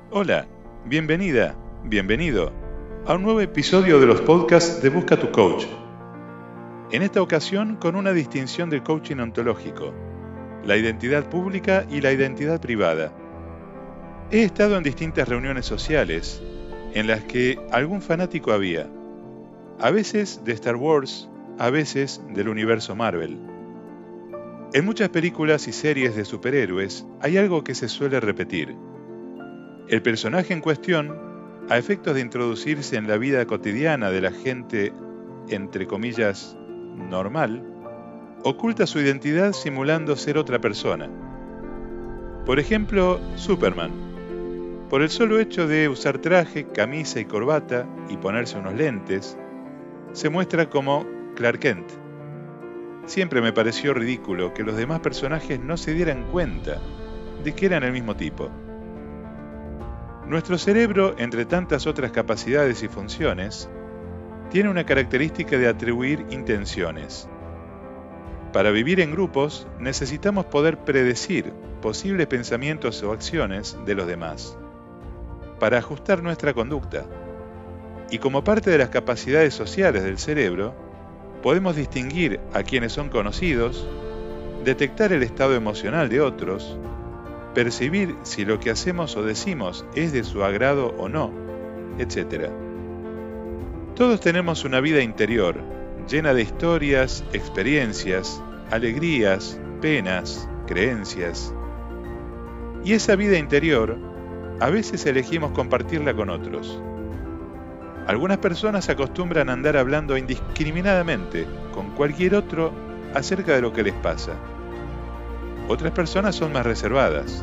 Hola, bienvenida, bienvenido a un nuevo episodio de los podcasts de Busca tu Coach. En esta ocasión con una distinción del coaching ontológico, la identidad pública y la identidad privada. He estado en distintas reuniones sociales en las que algún fanático había, a veces de Star Wars, a veces del universo Marvel. En muchas películas y series de superhéroes hay algo que se suele repetir. El personaje en cuestión, a efectos de introducirse en la vida cotidiana de la gente, entre comillas, normal, oculta su identidad simulando ser otra persona. Por ejemplo, Superman. Por el solo hecho de usar traje, camisa y corbata y ponerse unos lentes, se muestra como Clark Kent. Siempre me pareció ridículo que los demás personajes no se dieran cuenta de que eran el mismo tipo. Nuestro cerebro, entre tantas otras capacidades y funciones, tiene una característica de atribuir intenciones. Para vivir en grupos, necesitamos poder predecir posibles pensamientos o acciones de los demás, para ajustar nuestra conducta. Y como parte de las capacidades sociales del cerebro, podemos distinguir a quienes son conocidos, detectar el estado emocional de otros, percibir si lo que hacemos o decimos es de su agrado o no, etc. Todos tenemos una vida interior, llena de historias, experiencias, alegrías, penas, creencias. Y esa vida interior, a veces elegimos compartirla con otros. Algunas personas acostumbran a andar hablando indiscriminadamente con cualquier otro acerca de lo que les pasa. Otras personas son más reservadas.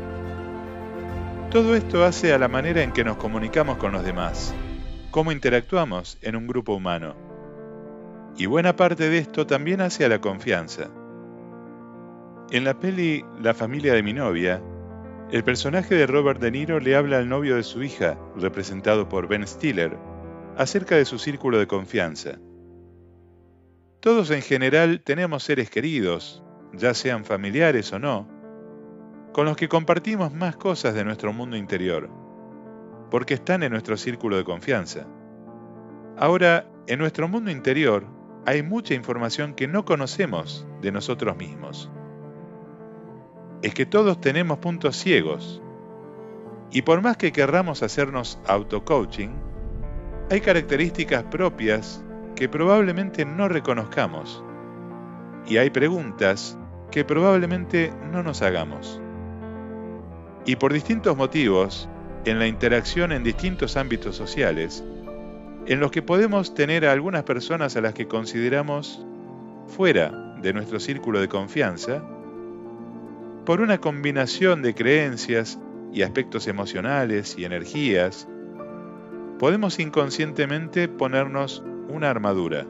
Todo esto hace a la manera en que nos comunicamos con los demás, cómo interactuamos en un grupo humano. Y buena parte de esto también hace a la confianza. En la peli La familia de mi novia, el personaje de Robert De Niro le habla al novio de su hija, representado por Ben Stiller, acerca de su círculo de confianza. Todos en general tenemos seres queridos, ya sean familiares o no, con los que compartimos más cosas de nuestro mundo interior, porque están en nuestro círculo de confianza. Ahora, en nuestro mundo interior hay mucha información que no conocemos de nosotros mismos. Es que todos tenemos puntos ciegos, y por más que querramos hacernos auto-coaching, hay características propias que probablemente no reconozcamos, y hay preguntas que probablemente no nos hagamos. Y por distintos motivos, en la interacción en distintos ámbitos sociales, en los que podemos tener a algunas personas a las que consideramos fuera de nuestro círculo de confianza, por una combinación de creencias y aspectos emocionales y energías, podemos inconscientemente ponernos una armadura.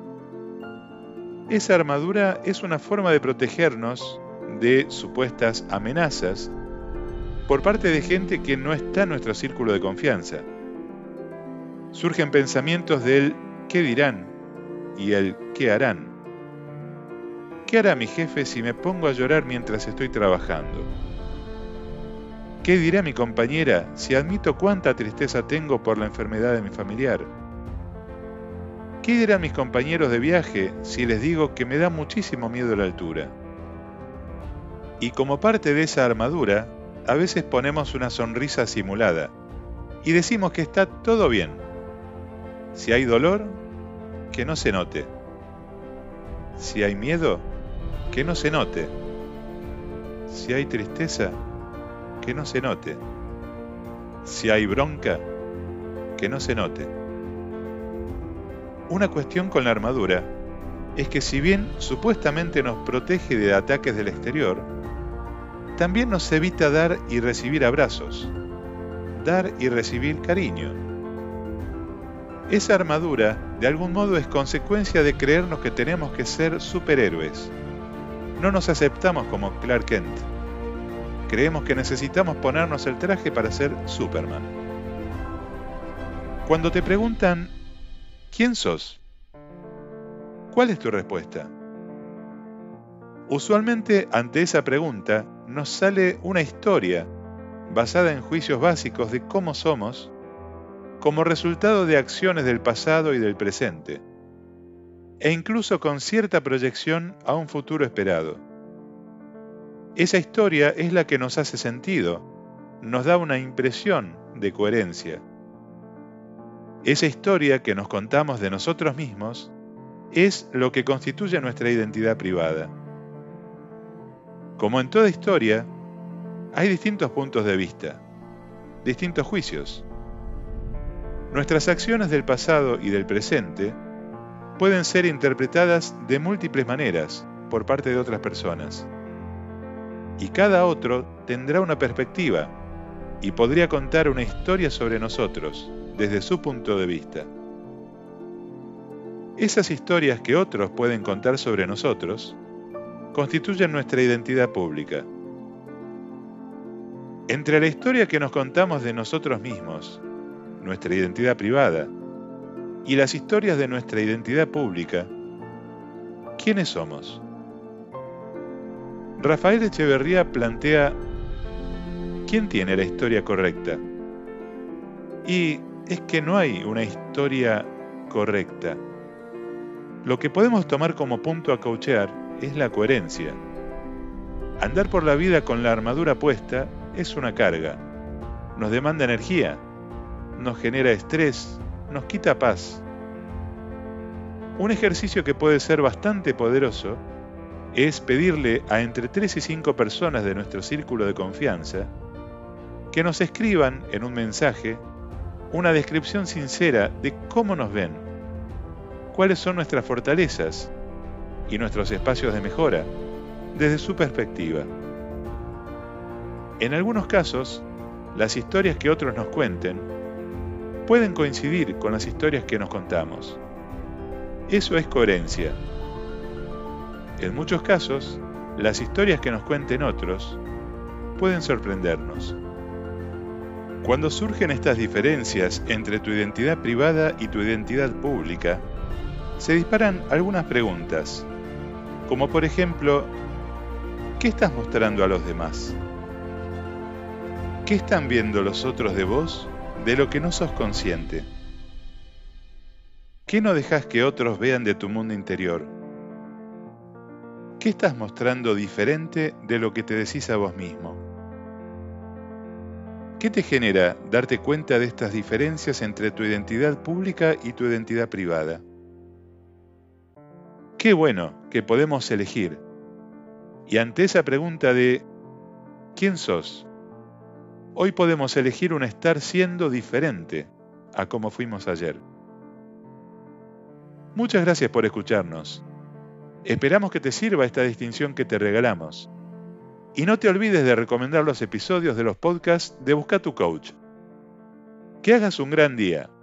Esa armadura es una forma de protegernos de supuestas amenazas por parte de gente que no está en nuestro círculo de confianza. Surgen pensamientos del ¿qué dirán? Y el ¿qué harán? ¿Qué hará mi jefe si me pongo a llorar mientras estoy trabajando? ¿Qué dirá mi compañera si admito cuánta tristeza tengo por la enfermedad de mi familiar? ¿Qué dirán mis compañeros de viaje si les digo que me da muchísimo miedo la altura? Y como parte de esa armadura, a veces ponemos una sonrisa simulada y decimos que está todo bien. Si hay dolor, que no se note. Si hay miedo, que no se note. Si hay tristeza, que no se note. Si hay bronca, que no se note. Una cuestión con la armadura es que si bien supuestamente nos protege de ataques del exterior, también nos evita dar y recibir abrazos, dar y recibir cariño. Esa armadura, de algún modo, es consecuencia de creernos que tenemos que ser superhéroes. No nos aceptamos como Clark Kent. Creemos que necesitamos ponernos el traje para ser Superman. Cuando te preguntan, ¿quién sos? ¿Cuál es tu respuesta? Usualmente, ante esa pregunta, nos sale una historia basada en juicios básicos de cómo somos, como resultado de acciones del pasado y del presente, e incluso con cierta proyección a un futuro esperado. Esa historia es la que nos hace sentido, nos da una impresión de coherencia. Esa historia que nos contamos de nosotros mismos es lo que constituye nuestra identidad privada. Como en toda historia, hay distintos puntos de vista, distintos juicios. Nuestras acciones del pasado y del presente pueden ser interpretadas de múltiples maneras por parte de otras personas. Y cada otro tendrá una perspectiva y podría contar una historia sobre nosotros desde su punto de vista. Esas historias que otros pueden contar sobre nosotros constituyen nuestra identidad pública. Entre la historia que nos contamos de nosotros mismos, nuestra identidad privada, y las historias de nuestra identidad pública, ¿quiénes somos? Rafael Echeverría plantea: ¿quién tiene la historia correcta? Y es que no hay una historia correcta. Lo que podemos tomar como punto a cauchear es la coherencia. Andar por la vida con la armadura puesta es una carga, nos demanda energía, nos genera estrés, nos quita paz. Un ejercicio que puede ser bastante poderoso es pedirle a entre 3 y 5 personas de nuestro círculo de confianza que nos escriban en un mensaje una descripción sincera de cómo nos ven, cuáles son nuestras fortalezas y nuestros espacios de mejora desde su perspectiva. En algunos casos, las historias que otros nos cuenten pueden coincidir con las historias que nos contamos. Eso es coherencia. En muchos casos, las historias que nos cuenten otros pueden sorprendernos. Cuando surgen estas diferencias entre tu identidad privada y tu identidad pública, se disparan algunas preguntas, como por ejemplo, ¿qué estás mostrando a los demás? ¿Qué están viendo los otros de vos de lo que no sos consciente? ¿Qué no dejás que otros vean de tu mundo interior? ¿Qué estás mostrando diferente de lo que te decís a vos mismo? ¿Qué te genera darte cuenta de estas diferencias entre tu identidad pública y tu identidad privada? Qué bueno que podemos elegir. Y ante esa pregunta de ¿quién sos?, hoy podemos elegir un estar siendo diferente a como fuimos ayer. Muchas gracias por escucharnos. Esperamos que te sirva esta distinción que te regalamos. Y no te olvides de recomendar los episodios de los podcasts de Busca tu Coach. Que hagas un gran día.